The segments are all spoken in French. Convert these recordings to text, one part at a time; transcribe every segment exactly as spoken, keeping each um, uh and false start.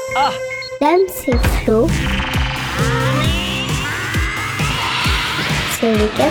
Ah Dame, c'est Flo. C'est le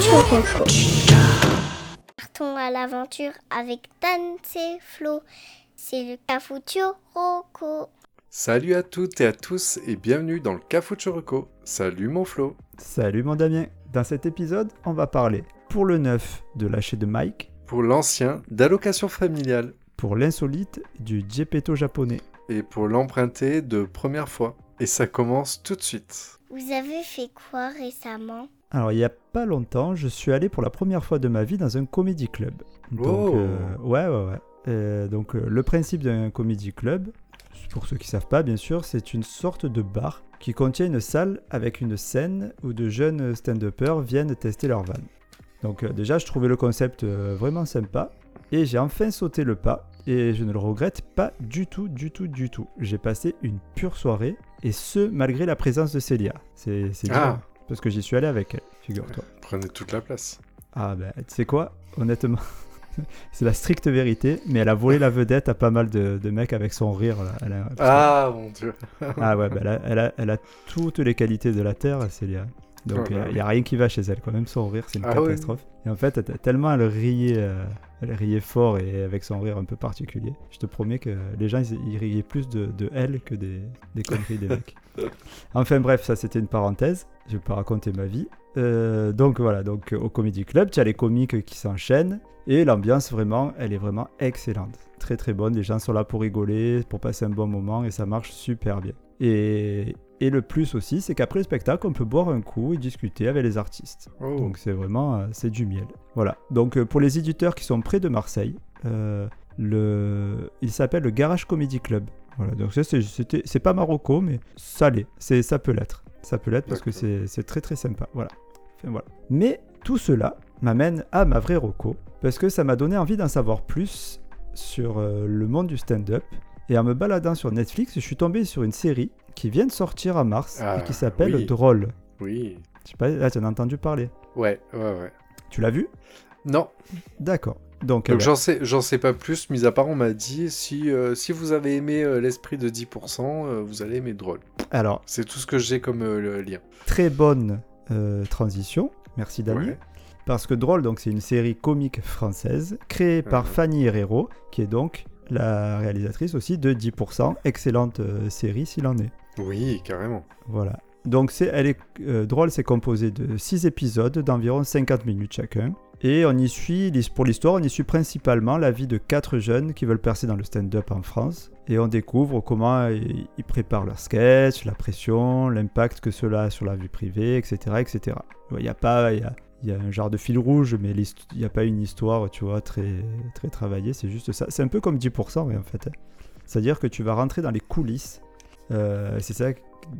Cafoucho. Partons à l'aventure avec Dan, c'est Flo. C'est le Cafoucho Rocco. Salut à toutes et à tous et bienvenue dans le Cafoucho Rocco. Salut mon Flo. Salut mon Damien. Dans cet épisode, on va parler pour le neuf de lâcher de Mike, Pour l'ancien d'allocation familiale pour l'insolite du Geppetto japonais. et pour l'emprunté de première fois. Et ça commence tout de suite. Vous avez fait quoi récemment? Alors il y a pas longtemps, je suis allé pour la première fois de ma vie dans un comedy club. Donc Oh. euh, ouais ouais ouais. Euh, donc euh, le principe d'un comedy club, pour ceux qui savent pas bien sûr, c'est une sorte de bar qui contient une salle avec une scène où de jeunes stand-uppers viennent tester leur vanne. Donc euh, déjà je trouvais le concept euh, vraiment sympa et j'ai enfin sauté le pas et je ne le regrette pas du tout du tout du tout. J'ai passé une pure soirée et ce malgré la présence de Célia. C'est c'est Ah. dur, parce que j'y suis allé avec elle, figure-toi. Prenez toute la place. Ah ben, tu sais quoi, honnêtement, c'est la stricte vérité, mais elle a volé la vedette à pas mal de, de mecs avec son rire. Là. Elle a- Ah mon dieu. Ah ouais, ben elle, a, elle, a, elle a toutes les qualités de la Terre, Célia. Donc Oh il là n'y a, rien qui va chez elle, quand même son rire, c'est une Ah oui. catastrophe. Et en fait, elle- tellement elle riait, euh, elle riait fort et avec son rire un peu particulier, je te promets que les gens, ils, ils riaient plus de, de elle que des, des conneries des mecs. Enfin bref, ça c'était une parenthèse, je vais pas raconter ma vie. Euh, donc voilà, donc au Comedy Club, tu as les comiques qui s'enchaînent et l'ambiance vraiment, elle est vraiment excellente. Très très bonne, les gens sont là pour rigoler, pour passer un bon moment et ça marche super bien. Et, et le plus aussi, c'est qu'après le spectacle, on peut boire un coup et discuter avec les artistes. Oh. Donc c'est vraiment, euh, c'est du miel. Voilà, donc euh, pour les éditeurs qui sont près de Marseille, euh, le... il s'appelle le Garage Comedy Club. Voilà, donc ça c'est, c'était, c'est pas Marocco, mais ça l'est, c'est, ça peut l'être. Ça peut l'être parce que D'accord. c'est, c'est très très sympa. Voilà. Enfin, voilà. Mais tout cela m'amène à ma vraie reco, parce que ça m'a donné envie d'en savoir plus sur euh, le monde du stand-up. Et en me baladant sur Netflix, je suis tombé sur une série qui vient de sortir en mars Ah, et qui s'appelle oui. Drôle. Oui. Je sais pas, là tu en as entendu parler. Ouais, ouais, ouais. Tu l'as vu? Non. D'accord. Donc, Donc eh ben, j'en sais, j'en sais pas plus, mis à part on m'a dit si, euh, si vous avez aimé euh, l'esprit de dix pour cent, euh, vous allez aimer Drôle. alors, C'est tout ce que j'ai comme euh, le lien. très bonne euh, transition. Merci Dani. Ouais. Parce que Drôle, donc, c'est une série comique française créée par Mhm. Fanny Herrero, qui est donc la réalisatrice aussi de dix pour cent. Excellente euh, série s'il en est. Oui, carrément. Voilà. Donc, c'est, elle est, euh, Drôle, c'est composé de six épisodes d'environ cinquante minutes chacun. Et on y suit, pour l'histoire, on y suit principalement la vie de quatre jeunes qui veulent percer dans le stand-up en France. Et on découvre comment ils ils préparent leurs sketchs, la pression, l'impact que cela a sur la vie privée, et cetera et cetera. Il n'y a pas... Il y a, il y a un genre de fil rouge, mais l'hist- il n'y a pas une histoire, tu vois, très, très travaillée. C'est juste ça. C'est un peu comme dix pour cent, en fait. C'est-à-dire que tu vas rentrer dans les coulisses. Euh, c'est ça,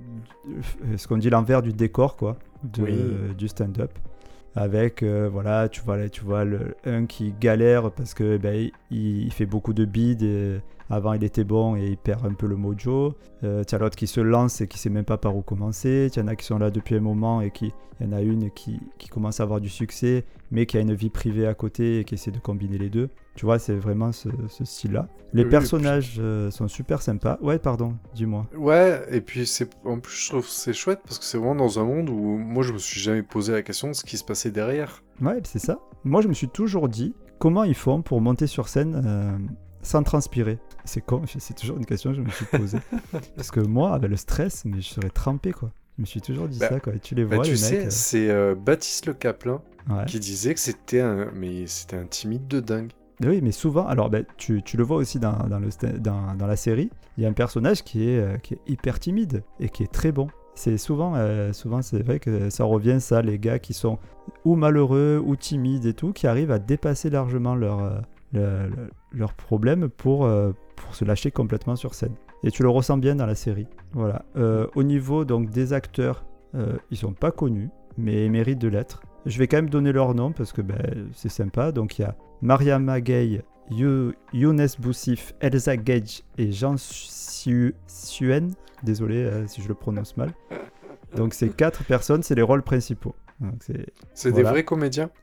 ce qu'on dit l'envers du décor, quoi, de, Oui. euh, du stand-up. Avec, euh, voilà, tu vois, là, tu vois le, un qui galère parce que ben, il, il fait beaucoup de bides. Et avant, il était bon et il perd un peu le mojo. Euh, tu as l'autre qui se lance et qui sait même pas par où commencer. Tu en as qui sont là depuis un moment et qui, il y en a une qui, qui commence à avoir du succès, mais qui a une vie privée à côté et qui essaie de combiner les deux. Tu vois, c'est vraiment ce, ce style-là. Les Oui, personnages euh, sont super sympas. Ouais, pardon, dis-moi. Ouais, et puis c'est en plus je trouve que c'est chouette parce que c'est vraiment dans un monde où moi je me suis jamais posé la question de ce qui se passait derrière. Ouais, c'est ça. Moi, je me suis toujours dit comment ils font pour monter sur scène euh, sans transpirer. C'est con, c'est toujours une question que je me suis posée. Parce que moi, avec le stress, mais je serais trempé, quoi. Je me suis toujours dit Bah, ça, quoi. Et tu les Bah vois, tu les sais, mecs. c'est euh, Baptiste Le Caplin euh, ouais. qui disait que c'était un mais c'était un timide de dingue. Mais oui, mais souvent, alors ben, tu, tu le vois aussi dans, dans, le, sta- dans, dans la série, il y a un personnage qui est, euh, qui est hyper timide et qui est très bon. C'est souvent, euh, souvent c'est vrai que ça revient, ça, les gars qui sont ou malheureux ou timides et tout, qui arrivent à dépasser largement leurs euh, le- le- leurs problèmes pour, euh, pour se lâcher complètement sur scène. Et tu le ressens bien dans la série. Voilà. Euh, au niveau donc, des acteurs, euh, ils sont pas connus, mais ils méritent de l'être. Je vais quand même donner leur nom parce que ben, c'est sympa. Donc il y a Mariama Gay, You- Younes Boussif, Elsa Gage et Jean Su- Suen. Désolé euh, si je le prononce mal. Donc ces quatre personnes, c'est les rôles principaux. Donc, c'est C'est Voilà. des vrais comédiens.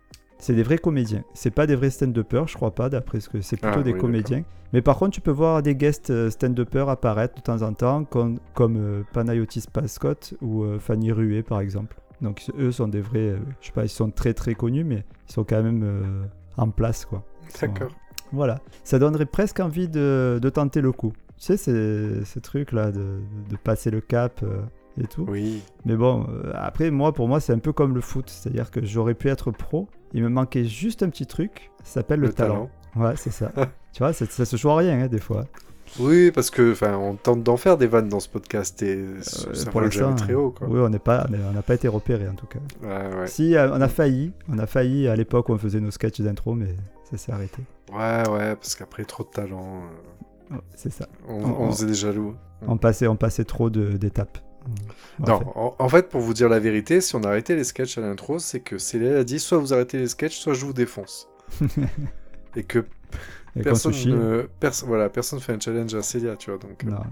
c'est des vrais comédiens. C'est pas des vrais stand-uppers, je crois pas, d'après ce que c'est plutôt Ah, des oui, comédiens. Mais par contre, tu peux voir des guests euh, stand-uppers apparaître de temps en temps, comme, comme euh, Panayotis Pascot ou euh, Fanny Rué, par exemple. Donc eux sont des vrais, euh, je sais pas, ils sont très très connus, mais ils sont quand même euh, en place, quoi. Ils sont- D'accord. Voilà, ça donnerait presque envie de, de tenter le coup. Tu sais, ces, ces trucs-là, de, de passer le cap euh, et tout. Oui. Mais bon, euh, après, moi, pour moi, c'est un peu comme le foot. C'est-à-dire que j'aurais pu être pro. Il me manquait juste un petit truc. Ça s'appelle le, Le talent. talent. Ouais, c'est ça. Tu vois, ça, ça se joue à rien, hein, des fois. Oui, parce que, enfin, on tente d'en faire des vannes dans ce podcast et Euh, ça pour vole jamais l'instant, très haut, quoi. Oui, on n'est pas, on est- on n'a pas été repéré en tout cas. Ouais, ouais. Si, euh, on a failli. On a failli à l'époque où on faisait nos sketchs d'intro, mais ça s'est arrêté. Ouais, ouais, parce qu'après, trop de talent, euh, Ouais, c'est ça. on, On- on faisait des jaloux. On passait, on passait trop de- d'étapes. On- on Non, fait- en, en fait, pour vous dire la vérité, si on arrêtait les sketchs à l'intro, c'est que Célia a dit soit vous arrêtez les sketchs, soit je vous défonce. Et que Et qu'on personne, se chie. ne- pers- voilà, personne fait un challenge à Célia, tu vois. Donc, euh, Non.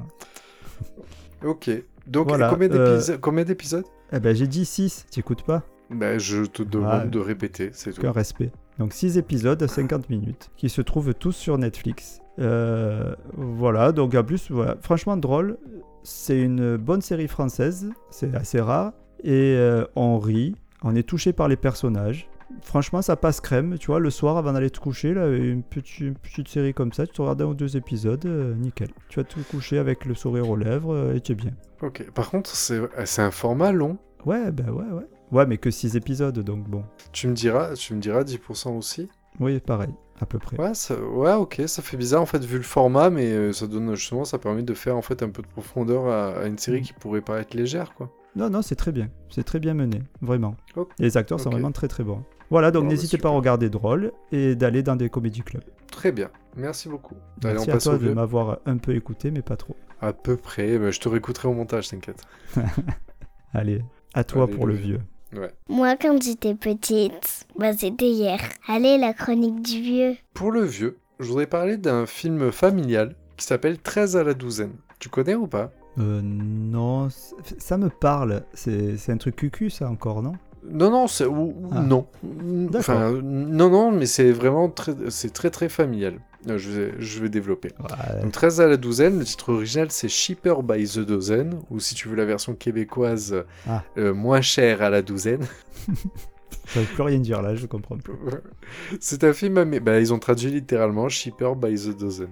ok. Donc, Voilà, combien euh, d'épisodes combien d'épisodes Eh ben, j'ai dit six, t'écoutes pas? Ben, je te demande Ouais. de répéter, c'est tout. Aucun respect. Donc six épisodes, cinquante minutes, qui se trouvent tous sur Netflix. Euh, voilà, donc en plus, voilà, franchement drôle. C'est une bonne série française, c'est assez rare. Et euh, on rit, on est touché par les personnages. Franchement, ça passe crème, tu vois, le soir avant d'aller te coucher, là, une petite, une petite série comme ça, tu te regardes un ou deux épisodes, euh, nickel. Tu vas te coucher avec le sourire aux lèvres euh, et tu es bien. Ok. Par contre, c'est c'est un format long. Ouais, bah ouais, ouais. Ouais, mais que six épisodes, donc bon. Tu me diras, tu me diras dix pour cent aussi. Oui, pareil, à peu près. Ouais, ça- ouais, ok, ça fait bizarre en fait vu le format, mais euh, ça donne justement, ça permet de faire en fait un peu de profondeur à, à une série Mm. qui pourrait paraître légère, quoi. Non, non, c'est très bien. C'est très bien mené, vraiment. Ok. Et les acteurs sont Ok. vraiment très très bons. Voilà, donc Bon, bah, n'hésitez pas à super. regarder Drôle et d'aller dans des comédie clubs. Très bien, merci beaucoup. Allez, Merci on à passe toi au de vieux. m'avoir un peu écouté, mais pas trop. À peu près, mais je te réécouterai au montage, t'inquiète. Allez, à toi Allez, pour le le vieux. Ouais. Moi, quand j'étais petite, bah, c'était hier. Allez, la chronique du vieux. Pour le vieux, je voudrais parler d'un film familial qui s'appelle treize à la douzaine. Tu connais ou pas? Euh, non, c- ça me parle. C'est c'est un truc cucu, ça encore, non? Non, non, c'est ou, ou Ah. non. Enfin, non, non, mais c'est vraiment très, c'est très très familial. Euh, Je vais, je vais développer. Ouais. Donc treize à la douzaine, le titre original c'est Cheaper by the Dozen, ou si tu veux la version québécoise, Ah. euh, moins cher à la douzaine. Ça veut plus rien dire là, je comprends plus. C'est un film américain, bah, ils ont traduit littéralement Cheaper by the Dozen.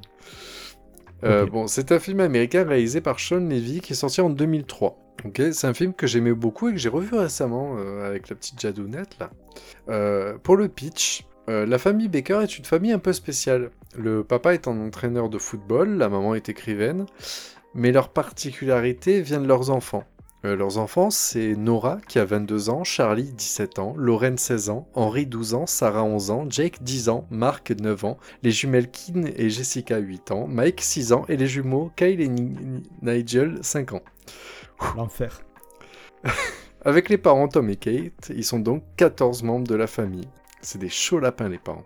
Euh, Ok. Bon, c'est un film américain réalisé par Sean Levy qui est sorti en deux mille trois. Ok, c'est un film que j'aimais beaucoup et que j'ai revu récemment euh, avec la petite Jadounette là. Euh, pour le pitch, euh, la famille Baker est une famille un peu spéciale. Le papa est un entraîneur de football, la maman est écrivaine, mais leur particularité vient de leurs enfants. Euh, leurs enfants, c'est Nora qui a vingt-deux ans, Charlie dix-sept ans, Lorraine seize ans, Henry douze ans, Sarah onze ans, Jake dix ans, Mark neuf ans, les jumelles Kim et Jessica huit ans, Mike six ans et les jumeaux Kyle et Ni- Ni- Nigel cinq ans. L'enfer. Avec les parents Tom et Kate, ils sont donc quatorze membres de la famille. C'est des chauds lapins les parents.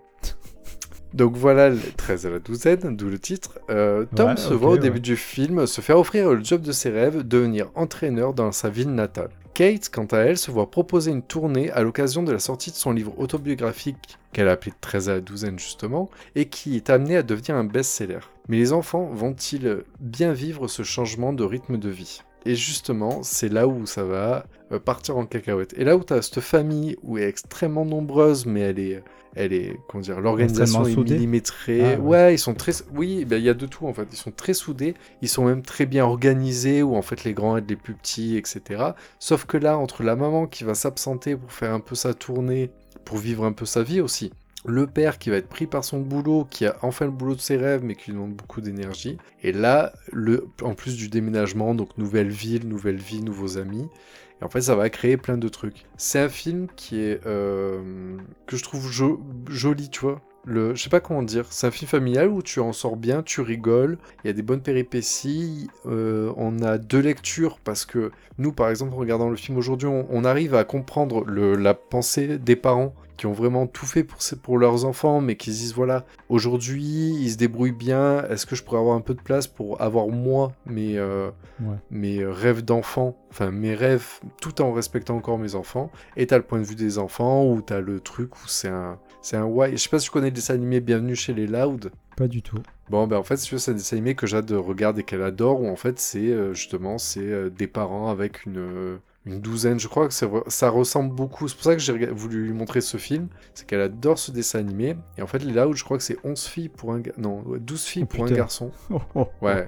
Donc voilà, les treize à la douzaine, d'où le titre. Euh, Tom Ouais, se ok, voit au ouais. début du film se faire offrir le job de ses rêves, devenir entraîneur dans sa ville natale. Kate, quant à elle, se voit proposer une tournée à l'occasion de la sortie de son livre autobiographique, qu'elle a appelé treize à la douzaine justement, et qui est amené à devenir un best-seller. Mais les enfants vont-ils bien vivre ce changement de rythme de vie ? Et justement, c'est là où ça va euh, partir en cacahuète. Et là où tu as cette famille, où elle est extrêmement nombreuse, mais elle est, elle est, comment dire, l'organisation Extrêmement est soudée. millimétrée. Ah, ouais. ouais. ils sont très, oui, ben, il y a de tout en fait. Ils sont très soudés, ils sont même très bien organisés, où en fait les grands aident les plus petits, et cetera. Sauf que là, entre la maman qui va s'absenter pour faire un peu sa tournée, pour vivre un peu sa vie aussi, le père qui va être pris par son boulot, qui a enfin le boulot de ses rêves, mais qui lui demande beaucoup d'énergie. Et là, le, en plus du déménagement, donc nouvelle ville, nouvelle vie, nouveaux amis. Et en fait, ça va créer plein de trucs. C'est un film qui est euh, que je trouve jo- joli, tu vois. Le, je sais pas comment dire. C'est un film familial où tu en sors bien, tu rigoles. Il y a des bonnes péripéties. Euh, on a deux lectures parce que nous, par exemple, en regardant le film aujourd'hui, on, on arrive à comprendre le, la pensée des parents qui ont vraiment tout fait pour, pour leurs enfants, mais qui se disent, voilà, aujourd'hui, ils se débrouillent bien, est-ce que je pourrais avoir un peu de place pour avoir moi, mes, euh, Ouais. mes rêves d'enfant, enfin mes rêves, tout en respectant encore mes enfants, et t'as le point de vue des enfants, ou t'as le truc où c'est un... C'est un why. Je sais pas si tu connais le dessin animé Bienvenue chez les Loud. Pas du tout. Bon, ben en fait, c'est un dessin animé que Jade regarde et qu'elle adore, où en fait, c'est euh, justement c'est euh, des parents avec une, euh, une douzaine, je crois que c'est, ça ressemble beaucoup. C'est pour ça que j'ai rega- voulu lui montrer ce film, c'est qu'elle adore ce dessin animé. Et en fait, les Loud, je crois que c'est onze filles pour un gar- non, ouais, douze filles Oh, pour un putain. garçon. Oh, oh, oh. Ouais.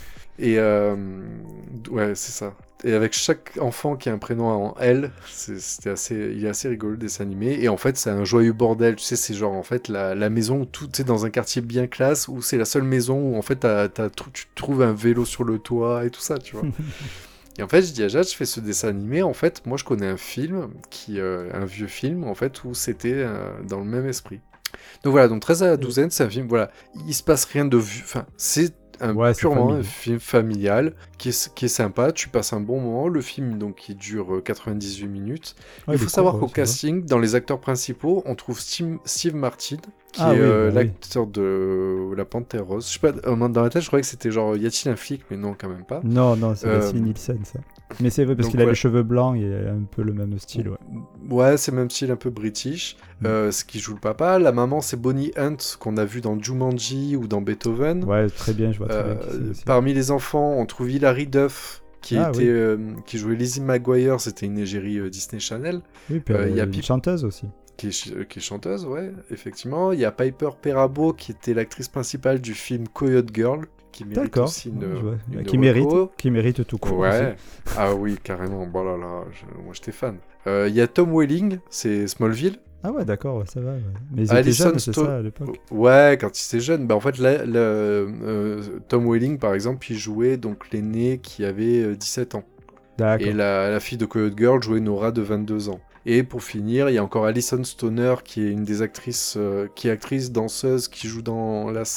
Et euh, ouais, c'est ça. Et avec chaque enfant qui a un prénom en L, c'est, c'était assez, il est assez rigolo le dessin animé. Et en fait, c'est un joyeux bordel. Tu sais, c'est genre en fait la, la maison où tout est dans un quartier bien classe, où c'est la seule maison où en fait t'as, t'as, tu trouves un vélo sur le toit et tout ça, tu vois. Et en fait, je dis à Jade, je fais ce dessin animé. En fait, moi, je connais un film, qui, euh, un vieux film, en fait, où c'était euh, dans le même esprit. Donc voilà, donc treize à la douzaine, c'est un film, voilà, il se passe rien de vu, enfin, c'est un, Ouais, c'est purement un familial. film familial qui est, qui est sympa, tu passes un bon moment. Le film, donc, il dure euh, quatre-vingt-dix-huit minutes. Ouais, il est faut court, savoir ouais, qu'au ça va. casting, dans les acteurs principaux, on trouve Steve, Steve Martin, qui Ah est oui, euh, bah oui. l'acteur de La Panthère Rose. Je sais pas, euh, dans la tête, je croyais que c'était genre, y a-t-il un flic? Mais non, quand même pas. Non, non, c'est Euh, Leslie Nielsen, ça. Mais c'est vrai, parce donc, qu'il a ouais. les cheveux blancs et un peu le même style, ouais. Ouais, c'est même style un peu british. Mm. Euh, ce qui joue le papa. La maman, c'est Bonnie Hunt, qu'on a vu dans Jumanji ou dans Beethoven. Ouais, très bien, je vois très bien qui Euh, c'est aussi. parmi les enfants, on trouve Hilary Duff, qui, Ah, était, oui. euh, qui jouait Lizzie McGuire, c'était une égérie euh, Disney Channel, Oui, puis euh, elle il y a est une Pip- chanteuse aussi. qui est, ch- euh, qui est chanteuse, ouais, effectivement. Il y a Piper Perabo, qui était l'actrice principale du film Coyote Girl, qui mérite D'accord. aussi une, Ouais, je vois. une Qui mérite, reco. qui mérite tout court aussi. Ouais, ah oui, carrément, bon là là, je- moi j'étais fan. Euh, Il y a Tom Welling, c'est Smallville. Ah ouais, d'accord, ouais, ça va. Ouais. Mais ils étaient Alison jeunes, c'est Sto- ça, à l'époque. Ouais, quand il était jeune. Bah, en fait, là, là, euh, Tom Welling, par exemple, il jouait donc l'aîné qui avait euh, dix-sept ans. D'accord. Et la, la fille de Coyote Girl jouait Nora de vingt-deux ans. Et pour finir, il y a encore Alison Stoner, qui est une des actrices, euh, qui est actrice, danseuse, qui joue dans la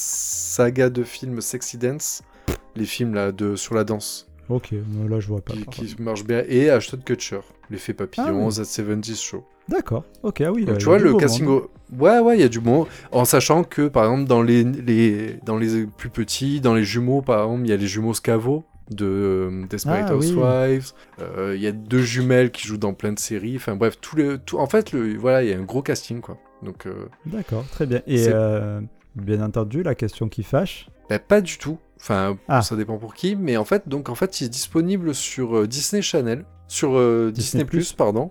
saga de films Sexy Dance, les films là, de, sur la danse, Ok, moi, là je vois pas. qui, par qui contre. marchent bien. Et Ashton Kutcher, l'effet papillon, Ah oui. The seventies Show. D'accord, ok, ah oui. Donc, euh, tu vois, du le beau casting... monde. au- Ouais, ouais, il y a du bon. En sachant que, par exemple, dans les, les, dans les plus petits, dans les jumeaux, par exemple, il y a les jumeaux Scavo de euh, Desperate Ah, oui. Housewives. Euh, Il y a deux jumelles qui jouent dans plein de séries. Enfin, bref, tous les, tout... en fait, le, voilà, il y a un gros casting, quoi. Donc, euh, D'accord, très bien. Et C'est- euh, bien entendu, la question qui fâche. bah, pas du tout. Enfin, Ah. ça dépend pour qui. Mais en fait, donc, en fait, il est disponible sur euh, Disney Channel. Sur euh, Disney+, Disney+, pardon.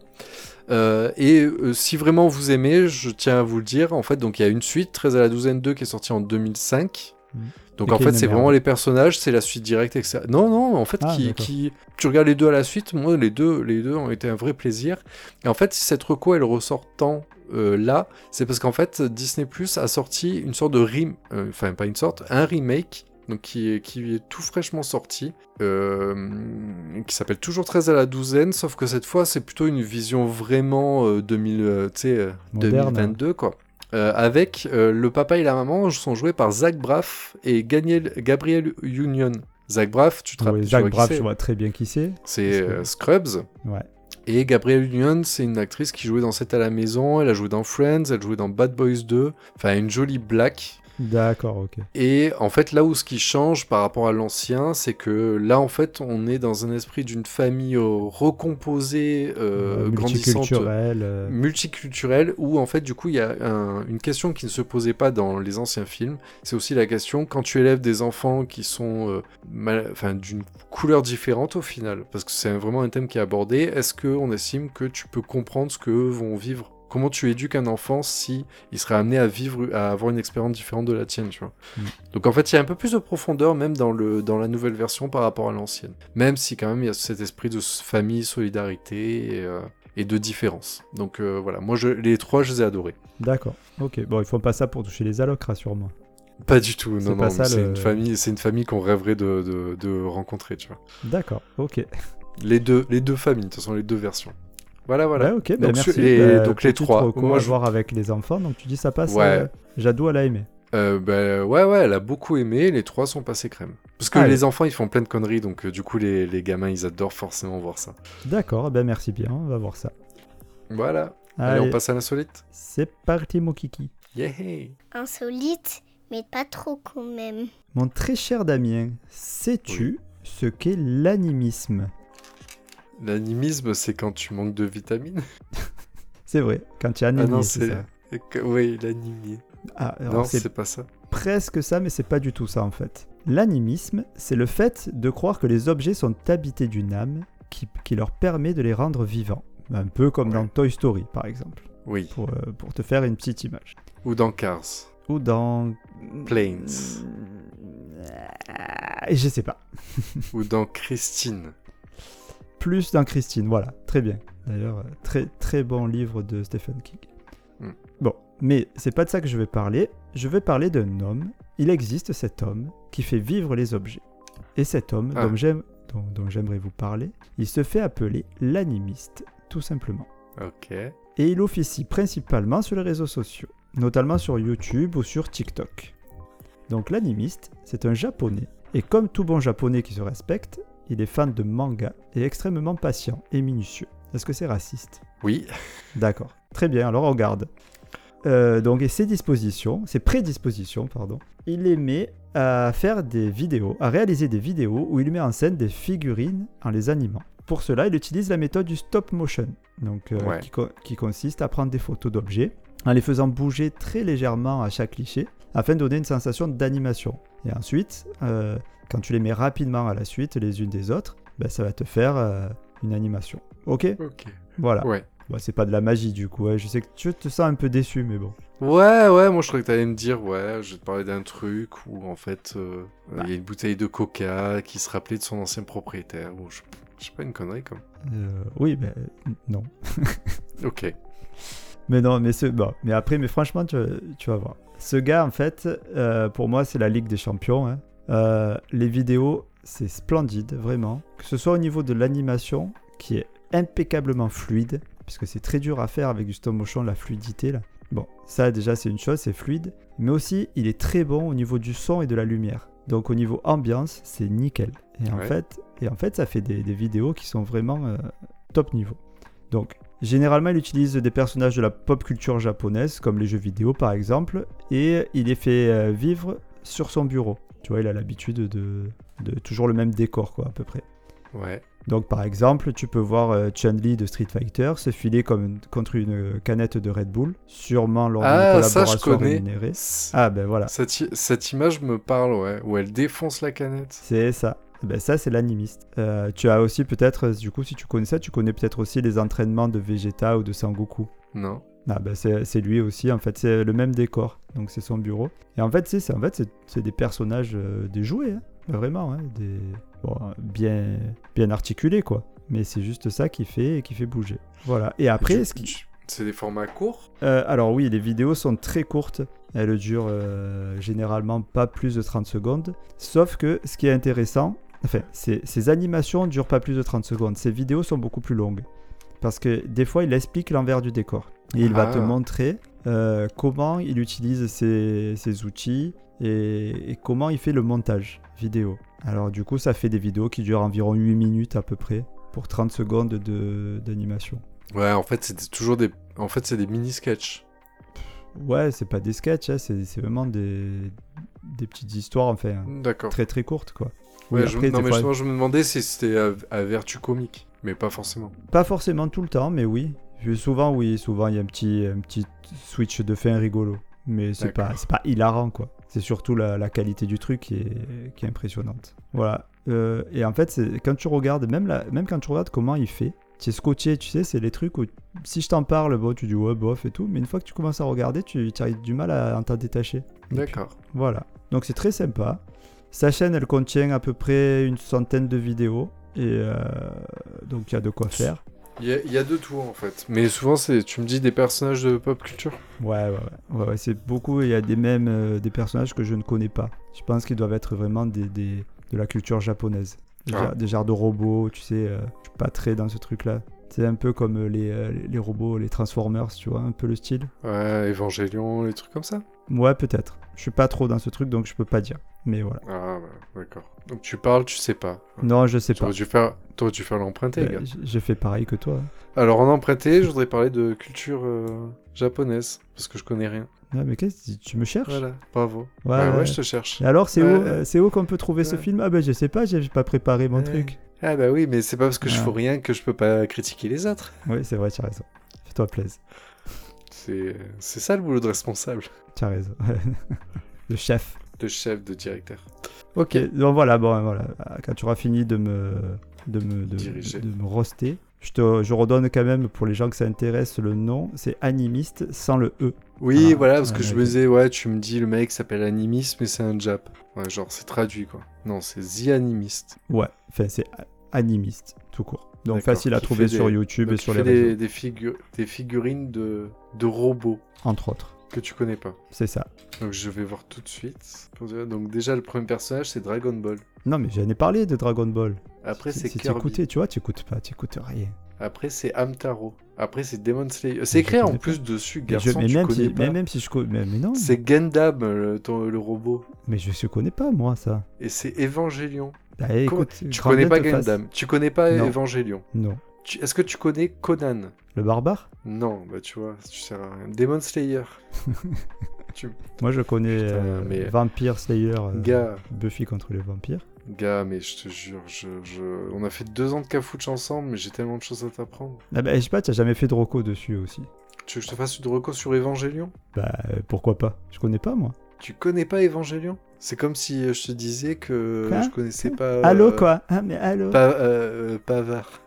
Euh, et euh, si vraiment vous aimez, je tiens à vous le dire, en fait, donc il y a une suite, treize à la douzaine deux, qui est sortie en deux mille cinq. Mm. Donc Et en qui est fait, une c'est merde. vraiment les personnages, c'est la suite directe, et cetera. Non, non, en fait, Ah, qui, d'accord. qui... tu regardes les deux à la suite, moi, les deux, les deux ont été un vrai plaisir. Et en fait, si cette reco, elle ressort tant euh, là, c'est parce qu'en fait, Disney Plus a sorti une sorte de rem... euh, enfin, pas une sorte, un remake, donc qui est, qui est tout fraîchement sorti, euh, qui s'appelle toujours treize à la douzaine, sauf que cette fois, c'est plutôt une vision vraiment euh, deux mille, euh, tu sais, euh, Moderne. deux mille vingt-deux, quoi. Euh, avec euh, le papa et la maman sont joués par Zach Braff et Ganiel- Gabriel Union. Zach Braff, tu te rappelles Oui, tu Jacques vois qui Braff, c'est je vois très bien qui c'est. C'est Parce que- euh, Scrubs. Ouais. Et Gabrielle Union, c'est une actrice qui jouait dans sept à la maison, elle a joué dans Friends, elle jouait dans Bad Boys deux, enfin une jolie black. D'accord, ok. Et en fait, là où ce qui change par rapport à l'ancien, c'est que là, en fait, on est dans un esprit d'une famille euh, recomposée, euh, Euh, grandissante, multiculturel. euh, multiculturelle, où en fait, du coup, il y a un- une question qui ne se posait pas dans les anciens films. C'est aussi la question, quand tu élèves des enfants qui sont euh, mal- enfin, d'une couleur différente au final, parce que c'est vraiment un thème qui est abordé, est-ce qu'on estime que tu peux comprendre ce qu'eux vont vivre? Comment tu éduques un enfant si il serait amené à vivre, à avoir une expérience différente de la tienne, tu vois. Mm. Donc en fait, il y a un peu plus de profondeur même dans, le, dans la nouvelle version par rapport à l'ancienne. Même si quand même il y a cet esprit de s- famille, solidarité et, euh, et de différence. Donc euh, voilà, moi je, les trois, je les ai adorés. D'accord, ok. Bon, ils font pas ça pour toucher les allocs, rassure-moi. Pas du tout, C'est non, pas non, ça, mais c'est le- une famille, c'est une famille qu'on rêverait de, de, de rencontrer, tu vois. D'accord, ok. Les deux, les deux familles, ce sont les deux versions. Voilà, voilà. Bah, ok, bah, Donc, merci. sur- les- Bah, donc les petite trois. reco Moi, à je- voir avec les enfants, donc tu dis ça passe. Ouais. euh, Jadou, elle a aimé. Euh, bah, ouais, ouais, elle a beaucoup aimé, les trois sont passés crème. Parce que Ah, les ouais. enfants, ils font plein de conneries, donc euh, du coup, les, les gamins, ils adorent forcément voir ça. D'accord, ben merci bien, on va voir ça. Voilà. Allez, Allez, on passe à l'insolite. c'est parti mon kiki. Yeah. Insolite, mais pas trop quand même. Mon très cher Damien, sais-tu ce qu'est l'animisme? L'animisme, c'est quand tu manques de vitamines. C'est vrai, quand tu es Ah anémie, non, c'est c'est... ça. Oui, l'anémie. Ah, alors, Non, c'est c'est pas ça. presque ça, mais c'est pas du tout ça en fait. L'animisme, c'est le fait de croire que les objets sont habités d'une âme qui, qui leur permet de les rendre vivants. Un peu comme Ouais. dans Toy Story, par exemple, Oui. pour, euh, pour te faire une petite image. Ou dans Cars. Ou dans... Planes. Et je sais pas. Ou dans Christine. Plus dans Christine, voilà, très bien. D'ailleurs, euh, très très bon livre de Stephen King. Mm. Bon, mais c'est pas de ça que je vais parler. Je vais parler d'un homme. Il existe cet homme qui fait vivre les objets. Et cet homme Ah. dont, j'aime, dont, dont j'aimerais vous parler, il se fait appeler l'animiste, tout simplement. Ok. Et il officie principalement sur les réseaux sociaux, notamment sur YouTube ou sur TikTok. Donc l'animiste, c'est un japonais. Et comme tout bon japonais qui se respecte, il est fan de manga et extrêmement patient et minutieux. Est-ce que c'est raciste? Oui. D'accord. Très bien, alors on regarde. Euh, donc, et ses dispositions, ses prédispositions, pardon, il les met à faire des vidéos, à réaliser des vidéos où il met en scène des figurines en les animant. Pour cela, il utilise la méthode du stop motion, donc, euh, Ouais. qui, co- qui consiste à prendre des photos d'objets en les faisant bouger très légèrement à chaque cliché afin de donner une sensation d'animation. Et ensuite, euh, quand tu les mets rapidement à la suite les unes des autres, ben, ça va te faire euh, une animation. Ok? Ok. Voilà. Ouais. Bon, c'est pas de la magie du coup, ouais. Je sais que tu te sens un peu déçu, mais bon. Ouais, ouais, moi je croyais que t'allais me dire, ouais, je vais te parler d'un truc où en fait, euh, il Bah. y a une bouteille de coca qui se rappelait de son ancien propriétaire, ou je, je sais pas, une connerie comme. Euh, oui, ben non. Ok. Mais non, mais, ce, bon, mais après, mais franchement, tu, tu vas voir. Ce gars, en fait, euh, pour moi, c'est la Ligue des Champions. Hein. Euh, les vidéos, c'est splendide, vraiment. Que ce soit au niveau de l'animation, qui est impeccablement fluide, puisque c'est très dur à faire avec du stop motion, la fluidité, là. Bon, ça, déjà, c'est une chose, c'est fluide. Mais aussi, il est très bon au niveau du son et de la lumière. Donc, au niveau ambiance, c'est nickel. Et, en, Ouais. fait, et en fait, ça fait des, des vidéos qui sont vraiment euh, top niveau. Donc, généralement, il utilise des personnages de la pop culture japonaise, comme les jeux vidéo par exemple, et il les fait euh, vivre sur son bureau. Tu vois, il a l'habitude de, de toujours le même décor, quoi, à peu près. Ouais. Donc, par exemple, tu peux voir euh, Chun-Li de Street Fighter se filer comme, contre une canette de Red Bull, sûrement lors d'une Ah, ça je collaboration connais. rémunérée. C- Ah, ben voilà, Cette, i- cette image me parle, ouais, où elle défonce la canette. c'est ça. Ben ça, c'est l'animiste. Euh, tu as aussi peut-être, du coup, si tu connais ça, tu connais peut-être aussi les entraînements de Vegeta ou de Sangoku. Non. Ah ben c'est, c'est lui aussi, en fait, c'est le même décor, donc c'est son bureau. Et en fait, c'est, c'est, en fait, c'est, c'est des personnages, euh, des jouets, hein, vraiment, hein, des, bon, bien, bien articulés, quoi. Mais c'est juste ça qui fait, qui fait bouger. Voilà. Et après, Tu- ce qui... tu- c'est des formats courts. Euh, alors oui, les vidéos sont très courtes. Elles durent euh, généralement pas plus de trente secondes. Sauf que ce qui est intéressant, enfin, ces, ces animations durent pas plus de trente secondes. Ces vidéos sont beaucoup plus longues. Parce que des fois, il explique l'envers du décor. Et il va Ah. te montrer euh, comment il utilise ses, ses outils et, et comment il fait le montage vidéo. Alors du coup, ça fait des vidéos qui durent environ huit minutes à peu près pour trente secondes de, d'animation. Ouais, en fait, c'est toujours des. En fait, c'est des mini-sketchs. Ouais, c'est pas des sketchs, hein, c'est, c'est vraiment des, des petites histoires, enfin, D'accord. très très courtes, quoi. Ouais, Oui, je, après, non, des mais fois- justement, je me demandais si c'était à, à vertu comique, mais pas forcément. Pas forcément tout le temps, mais oui. Puis souvent, oui, souvent, il y a un petit, un petit switch de fin rigolo. Mais c'est D'accord. pas, c'est pas hilarant, quoi. C'est surtout la, la qualité du truc qui est, qui est impressionnante. Voilà. Euh, et en fait, c'est, quand tu regardes, même, la, même quand tu regardes comment il fait, tu es scotché, tu sais, c'est les trucs où si je t'en parle, bon, tu dis ouais, bof et tout, mais une fois que tu commences à regarder, tu as du mal à en t'en détacher. Et puis, D'accord. voilà. Donc c'est très sympa. Sa chaîne, elle contient à peu près une centaine de vidéos. Et euh, donc il y a de quoi faire. Il y, a- il y a de tout en fait. Mais souvent, c'est, tu me dis des personnages de pop culture. Ouais, ouais, ouais. ouais, ouais, c'est beaucoup. Il y a des mêmes euh, des personnages que je ne connais pas. Je pense qu'ils doivent être vraiment des, des- de la culture japonaise. Des, Ah. genres- des genres de robots, tu sais. euh, je suis pas très dans ce truc-là. C'est un peu comme les, euh, les robots, les Transformers, tu vois, un peu le style. Ouais, Evangelion, les trucs comme ça. Ouais, peut-être. Je suis pas trop dans ce truc, donc je peux pas dire. Mais voilà. Ah, bah, d'accord. Donc tu parles, tu sais pas. Non, je sais pas. T'aurais dû faire, t'aurais dû faire l'emprunter, Bah, gars. j- j'ai fait pareil que toi. Alors en emprunté, je voudrais parler de culture euh, japonaise, parce que je connais rien. Ah, mais qu'est-ce que tu me cherches? Voilà, bravo. Ouais, Ouais, ouais, ouais. je te cherche. Et alors, c'est Ouais. où, euh, c'est où qu'on peut trouver ce Ouais. film? Ah ben, je sais pas, j'ai pas préparé mon Ouais. truc. Ah bah oui, mais c'est pas parce que je Ah. fais rien que je peux pas critiquer les autres. Oui, c'est vrai, tu as raison. Fais-toi plaisir. C'est c'est ça le boulot de responsable, Tu as raison. Le chef. de chef, de directeur. Ok, donc voilà, bon, voilà. Quand tu auras fini de me, de me, de, Diriger. de me roaster, je, te, je redonne quand même, pour les gens que ça intéresse, le nom. C'est Animiste sans le E. Oui, Ah, voilà, parce que ouais, je ok. me disais, ouais, tu me dis le mec s'appelle Animiste, mais c'est un Jap. Ouais, genre, c'est traduit, quoi. Non, c'est The Animiste. Ouais, enfin, c'est a- Animiste, tout court. Donc D'accord, facile à qui trouver fait sur des- YouTube Donc, et sur il les fait réseaux, des, des, figu- des figurines de, de robots entre autres. que tu connais pas. C'est ça. Donc, je vais voir tout de suite. Pour dire- Donc, déjà, le premier personnage, c'est Dragon Ball. Non, mais j'en ai parlé de Dragon Ball. Après, Si- c'est si tu Kirby. écoutais, tu vois, tu écoutes pas, tu écoutes rien. Après, c'est Hamtaro. Après, c'est Demon Slayer. je C'est écrit en connais plus dessus, Mais, je- garçon, mais tu même, connais si, pas. mais même si je connais. Mais, mais non, C'est Gundam, le, ton- le robot. mais je ne connais pas, moi, ça. Et c'est Evangelion. Bah, Comment- écoute, Tu grand connais bien pas te fasse. Gundam. Tu connais pas Non. Evangelion. Non. Tu- Est-ce que tu connais Conan? Le barbare? Non, bah tu vois, tu sers à rien. Demon Slayer. tu... Moi, je connais Putain, euh, mais- Vampire Slayer, euh, Gars, Buffy contre les vampires. gars, mais je te jure, je, je... on a fait deux ans de cafouche ensemble, mais j'ai tellement de choses à t'apprendre. Ah bah, je sais pas, tu n'as jamais fait de reco dessus aussi. Tu veux que je te fasse une reco sur Evangelion? Bah, euh, pourquoi pas? Je connais pas, moi. Tu connais pas Evangelion? C'est comme si euh, je te disais que Quoi je connaissais pas... euh, Allô, quoi? Ah, mais allô? Pa- euh, euh, Pavard.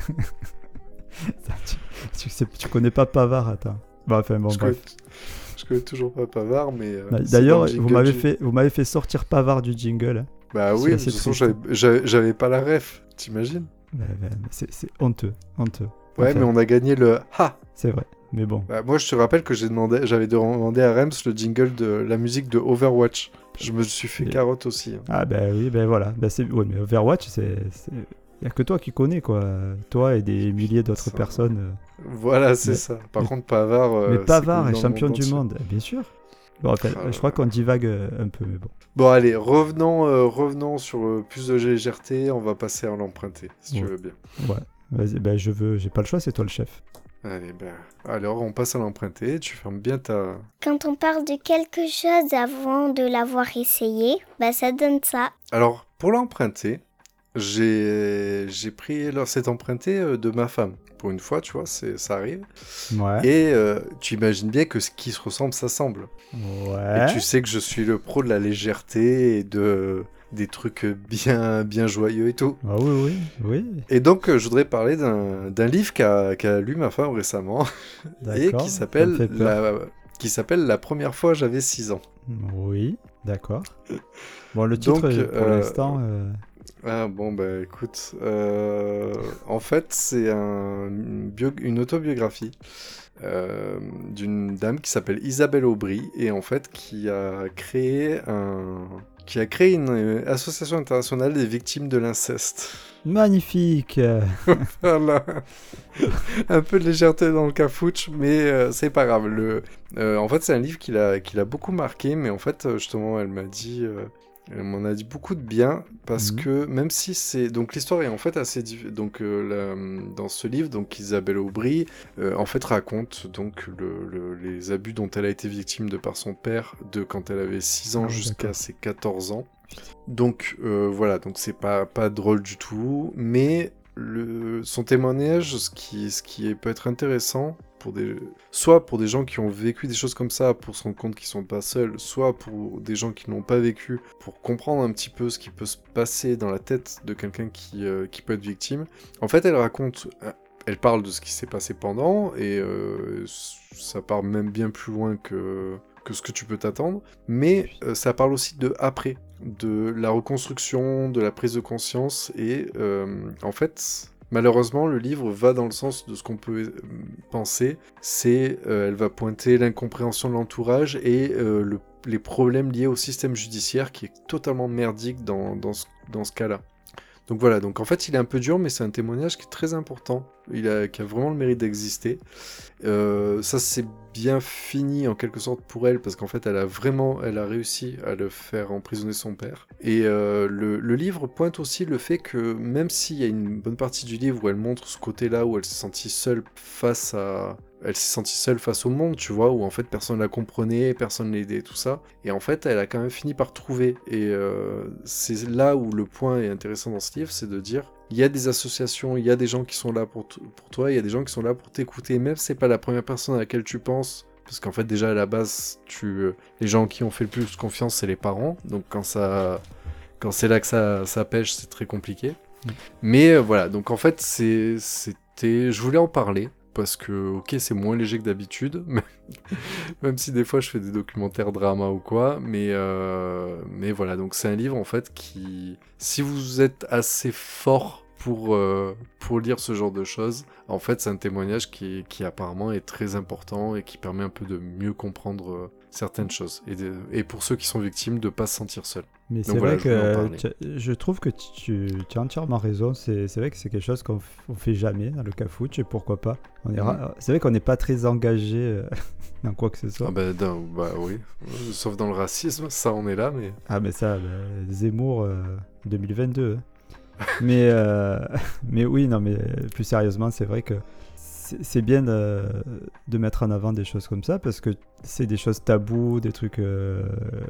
Ça, tu, tu, sais- tu connais pas Pavard, attends. Bon, enfin, bon, je, connais... bref. je connais toujours pas Pavard, mais... euh, Bah, c'est D'ailleurs, dans le vous jingle m'avez du- fait, vous m'avez fait sortir Pavard du jingle. hein. Bah C'est oui, de assez toute façon, triste. j'avais- j'avais j'avais pas la ref, t'imagines? Bah, bah, mais c'est c'est honteux, honteux. Ouais, Enfin, mais on a gagné le ha. C'est vrai, mais bon. Bah, moi, je te rappelle que j'ai demandé, j'avais demandé à Rems le jingle de la musique de Overwatch. Je me suis fait Et- carotte aussi. hein. Ah bah oui, ben voilà. Bah, c'est... Ouais, mais Overwatch, c'est... c'est... Y a que toi qui connais, quoi. Toi et des milliers d'autres Ça- personnes. euh. Voilà, c'est Mais- ça. Par mais- contre, Pavard. euh, mais c'est Pavard connu est dans le champion monde du entier. monde, eh, bien sûr. Bon, enfin, Ah là je crois là. qu'on divague euh, un peu, mais bon. Bon, allez, revenons, euh, revenons sur euh, plus de légèreté. On va passer à l'emprunter, si tu Ouais. veux bien. Ouais. Vas-y, ben je veux... J'ai pas le choix, c'est toi le chef. Allez, ben. Alors, on passe à l'emprunter. Tu fermes bien ta. Quand on parle de quelque chose avant de l'avoir essayé, bah ça donne ça. Alors, pour l'emprunter, j'ai j'ai pris alors, cet emprunté euh, de ma femme. Pour une fois, tu vois, c'est ça arrive. Ouais. Et euh, tu imagines bien que ce qui se ressemble s'assemble. Ouais. Et tu sais que je suis le pro de la légèreté et de des trucs bien bien joyeux et tout. Ah oui, oui, oui. Et donc, euh, je voudrais parler d'un d'un livre qu'a qu'a lu ma femme récemment et D'accord, qui ça s'appelle me fait peur. la qui s'appelle La première fois j'avais six ans. Oui, d'accord. Bon, le titre, Donc, euh, pour euh, l'instant... euh, Ah bon, bah écoute, euh, en fait c'est un, une, bio- une autobiographie euh, d'une dame qui s'appelle Isabelle Aubry et en fait qui a créé un, qui a créé une euh, association internationale des victimes de l'inceste. Magnifique. euh, Voilà, un peu de légèreté dans le cafouche, mais euh, c'est pas grave. Le, euh, en fait c'est un livre qui l'a qui l'a beaucoup marqué, mais en fait euh, justement elle m'a dit. euh, Elle m'en a dit beaucoup de bien parce Mhm. que même si c'est donc l'histoire est en fait assez diff- donc euh, la- dans ce livre donc Isabelle Aubry euh, en fait raconte donc le- le- les abus dont elle a été victime de par son père de quand elle avait six ans Ah oui, jusqu'à d'accord. ses quatorze ans. Donc euh, voilà, donc c'est pas pas drôle du tout, mais le, son témoignage, ce qui ce qui est- peut être intéressant pour des soit pour des gens qui ont vécu des choses comme ça pour se rendre compte qu'ils sont pas seuls, soit pour des gens qui n'ont pas vécu pour comprendre un petit peu ce qui peut se passer dans la tête de quelqu'un qui euh, qui peut être victime. En fait, elle raconte euh, elle parle de ce qui s'est passé pendant et euh, ça part même bien plus loin que que ce que tu peux t'attendre, mais euh, ça parle aussi de après, de la reconstruction, de la prise de conscience, et euh, en fait, malheureusement, le livre va dans le sens de ce qu'on peut euh, penser, c'est, euh, elle va pointer l'incompréhension de l'entourage et euh, le- les problèmes liés au système judiciaire qui est totalement merdique dans, dans ce, dans ce cas-là. Donc voilà, donc en fait il est un peu dur, mais c'est un témoignage qui est très important il a, qui a vraiment le mérite d'exister. Euh, ça c'est bien fini en quelque sorte pour elle parce qu'en fait elle a vraiment, elle a réussi à le faire emprisonner son père. Et euh, le, le livre pointe aussi le fait que même s'il y a une bonne partie du livre où elle montre ce côté-là où elle s'est sentie seule face à, elle s'est sentie seule face au monde, tu vois, où en fait personne la comprenait, personne l'aidait, tout ça. Et en fait elle a quand même fini par trouver. Et euh, c'est là où le point est intéressant dans ce livre, c'est de dire il y a des associations, il y a des gens qui sont là pour, t- pour toi, il y a des gens qui sont là pour t'écouter, même si c'est pas la première personne à laquelle tu penses, parce qu'en fait déjà à la base, tu, euh, les gens qui ont fait le plus confiance, c'est les parents, donc quand ça, quand c'est là que ça, ça pêche, c'est très compliqué. Mm. Mais euh, voilà, donc en fait, c'est, c'était, je voulais en parler, parce que, ok, c'est moins léger que d'habitude, mais- même si des fois je fais des documentaires drama ou quoi, mais, euh, mais voilà, donc c'est un livre en fait qui, si vous êtes assez fort pour, euh, pour lire ce genre de choses, en fait c'est un témoignage qui, qui apparemment est très important et qui permet un peu de mieux comprendre euh, certaines choses, et, de- et pour ceux qui sont victimes, de pas se sentir seuls. Mais Donc c'est voilà, vrai je voulais en que parler. tu- je trouve que tu, tu as entièrement raison. C'est c'est vrai que c'est quelque chose qu'on f- on fait jamais dans le Cafouche et pourquoi pas. On est ra- Mhm. C'est vrai qu'on n'est pas très engagé euh, dans quoi que ce soit. Ah bah, dans- bah oui, Euh, sauf dans le racisme, ça on est là, mais... Ah, mais ça, bah, Zemmour euh, deux mille vingt-deux. hein. mais, euh, mais oui, non, mais plus sérieusement, c'est vrai que c'est c'est bien de, de mettre en avant des choses comme ça parce que c'est des choses tabous, des trucs euh,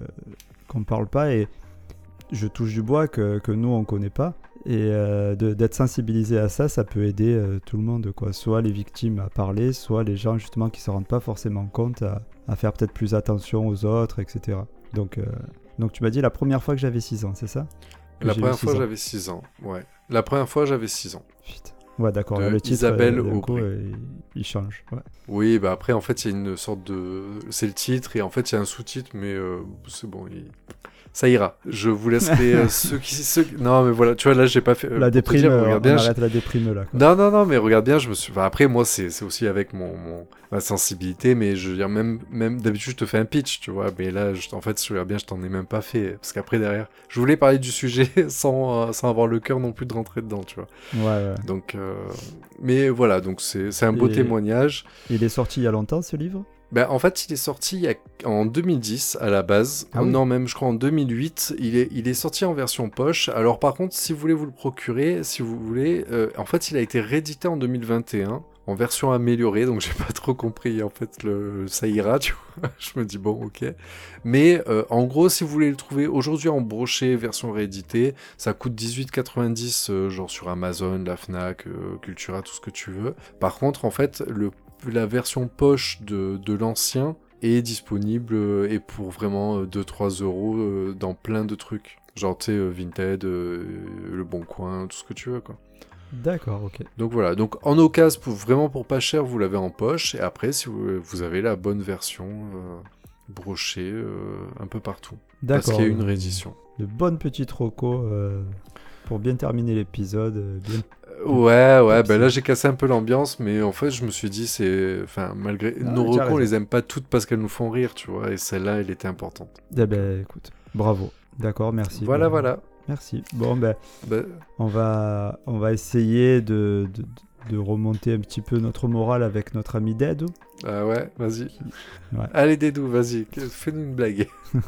qu'on parle pas et je touche du bois que, que nous on connaît pas. Et euh, de- d'être sensibilisé à ça, ça peut aider euh, tout le monde, quoi. Soit les victimes à parler, soit les gens justement qui se rendent pas forcément compte à, à faire peut-être plus attention aux autres, et cetera. Donc, euh, donc tu m'as dit la première fois que j'avais six ans, c'est ça? Que La j'ai eu première six fois ans. j'avais six ans, ouais. La première fois j'avais six ans. Putain. Ouais, d'accord. De là, le titre, Isabelle euh, d'un coup, Aubry. euh, il, il change. Ouais. Oui, bah après en fait il y a une sorte de... C'est le titre et en fait il y a un sous-titre mais euh, c'est bon, il... ça ira. Je vous laisserai euh, ceux qui... Ceux... qui- Non mais voilà, tu vois là j'ai pas fait... euh, La pour te déprime, dire, euh, regarde on bien, je- arrête la déprime là. Quoi. Non, non, non, mais regarde bien, je me suis... Enfin, après, moi, c'est c'est aussi avec mon, mon- ma sensibilité, mais je veux dire, même, même d'habitude, je te fais un pitch, tu vois, mais là, je- en fait, je regarde bien, je t'en ai même pas fait, parce qu'après, derrière, je voulais parler du sujet sans, euh, sans avoir le cœur non plus de rentrer dedans, tu vois. Ouais, ouais. Donc, euh, mais voilà, donc c'est c'est un beau Et- témoignage. Il est sorti il y a longtemps ce livre? Ben, en fait, il est sorti il y a- en deux mille dix à la base. Ah oui. Non, même je crois en deux mille huit. Il est, il est sorti en version poche. Alors par contre, si vous voulez vous le procurer, si vous voulez, euh, en fait, il a été réédité en deux mille vingt et un en version améliorée. Donc j'ai pas trop compris en fait le ça ira, tu vois. Je me dis bon, ok. Mais euh, en gros, si vous voulez le trouver aujourd'hui en brochet version rééditée, ça coûte dix-huit quatre-vingt-dix, euh, genre sur Amazon, la Fnac, euh, Cultura, tout ce que tu veux. Par contre, en fait, le la version poche de, de l'ancien est disponible euh, et pour vraiment euh, deux à trois euros euh, dans plein de trucs. Genre, tu sais, euh, Vinted, euh, Le Bon Coin, tout ce que tu veux, quoi. D'accord, ok. Donc voilà, donc en occasion, pour, vraiment pour pas cher, vous l'avez en poche. Et après, si vous, vous avez la bonne version euh, brochée euh, un peu partout. Parce D'accord. qu'il y a une réédition. De bonnes petites recos euh, pour bien terminer l'épisode. euh, Bien... Ouais, ouais, Top, ben là c'est- j'ai cassé un peu l'ambiance, mais en fait je me suis dit, c'est. Enfin, malgré. Ah, Nos tu as recos, on raison. les aime pas toutes parce qu'elles nous font rire, tu vois, et celle-là, elle était importante. Eh ben, écoute, bravo. D'accord, merci. Voilà, Ben, voilà. Merci. Bon, ben, Ben, on va, on va essayer de, de, de remonter un petit peu notre morale avec notre ami Dedo. ah ouais, vas-y. Ouais. Allez, Dédou, vas-y, que- fais-nous une blague.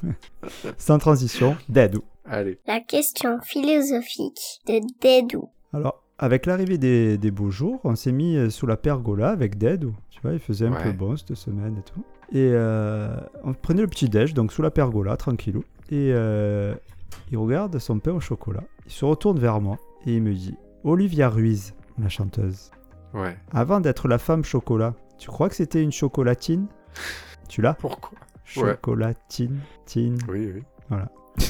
Sans transition, Dedo. Allez. La question philosophique de Dédou. Alors, avec l'arrivée des, des beaux jours, on s'est mis euh, sous la pergola avec Dedo. Tu vois, il faisait un Ouais. peu bon cette semaine et tout. Et euh, on prenait le petit déj, donc sous la pergola, tranquillou. Et euh, il regarde son pain au chocolat. Il se retourne vers moi et il me dit « Olivia Ruiz, la chanteuse, Ouais. avant d'être la femme chocolat, tu crois que c'était une chocolatine ?» Tu l'as? Pourquoi? Ouais. Chocolatine, tine. Oui, oui. Voilà.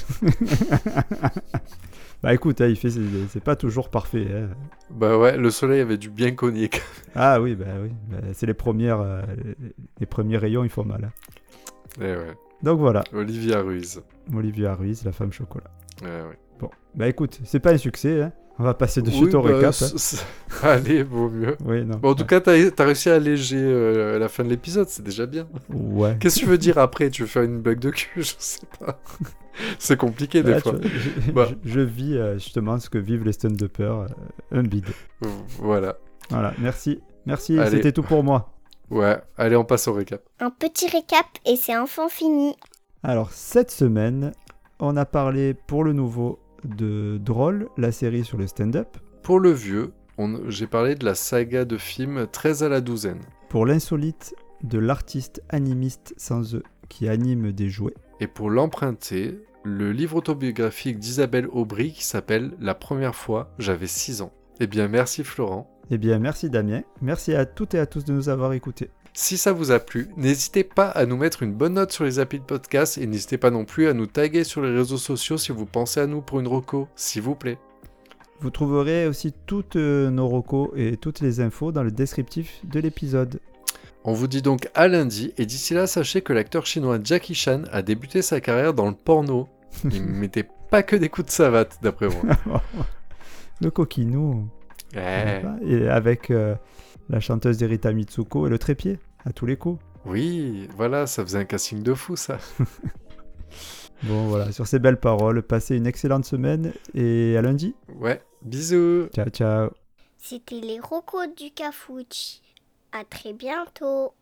Bah écoute, hein, il fait, c'est, c'est pas toujours parfait. Hein. Bah ouais, le soleil avait dû bien cogner. Ah oui, bah oui, bah, c'est les premières, euh, les, les premiers rayons, ils font mal. hein. Eh ouais. Donc voilà, Olivia Ruiz. Olivia Ruiz, la femme chocolat. Ouais, ouais. Bon, bah écoute, c'est pas un succès, hein. On va passer de Oui, suite au bah, récap. hein. c- c- Allez, vaut mieux. Oui, non. Bon, en tout cas, t'as as réussi à alléger euh, la fin de l'épisode, c'est déjà bien. Ouais. Qu'est-ce que tu veux dire après? Tu veux faire une blague de cul? Je sais pas. C'est compliqué des Voilà, fois. tu vois, je, Bah. je- je vis euh, justement ce que vivent les stand-uppers, euh, un bide. Voilà. Voilà, merci. Merci, Allez. c'était tout pour moi. Ouais, allez, on passe au récap. Un petit récap et c'est enfin fini. Alors, cette semaine, on a parlé pour le nouveau de Drôle, la série sur le stand-up. Pour le vieux, on- j'ai parlé de la saga de films treize à la douzaine. Pour l'insolite, de l'artiste animiste sans eux qui anime des jouets. Et pour l'emprunter, le livre autobiographique d'Isabelle Aubry qui s'appelle La première fois, j'avais six ans. Eh bien, merci Florent. Eh bien, merci Damien. Merci à toutes et à tous de nous avoir écoutés. Si ça vous a plu, n'hésitez pas à nous mettre une bonne note sur les applis de podcast et n'hésitez pas non plus à nous taguer sur les réseaux sociaux si vous pensez à nous pour une reco, s'il vous plaît. Vous trouverez aussi toutes euh, nos recos et toutes les infos dans le descriptif de l'épisode. On vous dit donc à lundi, et d'ici là, sachez que l'acteur chinois Jackie Chan a débuté sa carrière dans le porno. Il ne mettait pas que des coups de savate, d'après moi. Le coquinou. Eh, Et avec euh, la chanteuse d'Erita Mitsuko et le trépied, à tous les coups. oui, voilà, ça faisait un casting de fou, ça. Bon, voilà, sur ces belles paroles, passez une excellente semaine et à lundi. Ouais, bisous. Ciao, ciao. C'était les rocos du Cafouche. À très bientôt.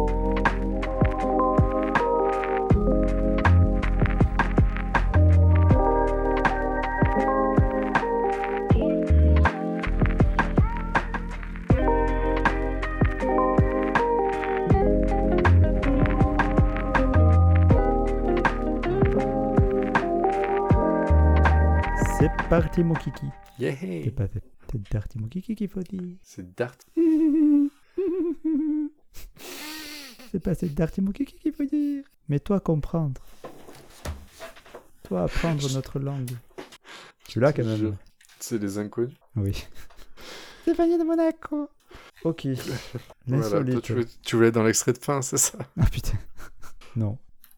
C'est parti, mon kiki. C'est Yeah. pas fait. C'est parti, mon kiki qu'il faut dire. C'est Dart. C'est pas c'est Darty mon kiki qu'il faut dire. Mais toi comprendre. Toi apprendre notre langue. Tu l'as quand Je- même. C'est les inconnus. Oui. Stéphanie de Monaco. Ok. Voilà, toi, L'insolite. tu, veux- tu voulais dans l'extrait de fin, c'est ça? Ah putain. Non.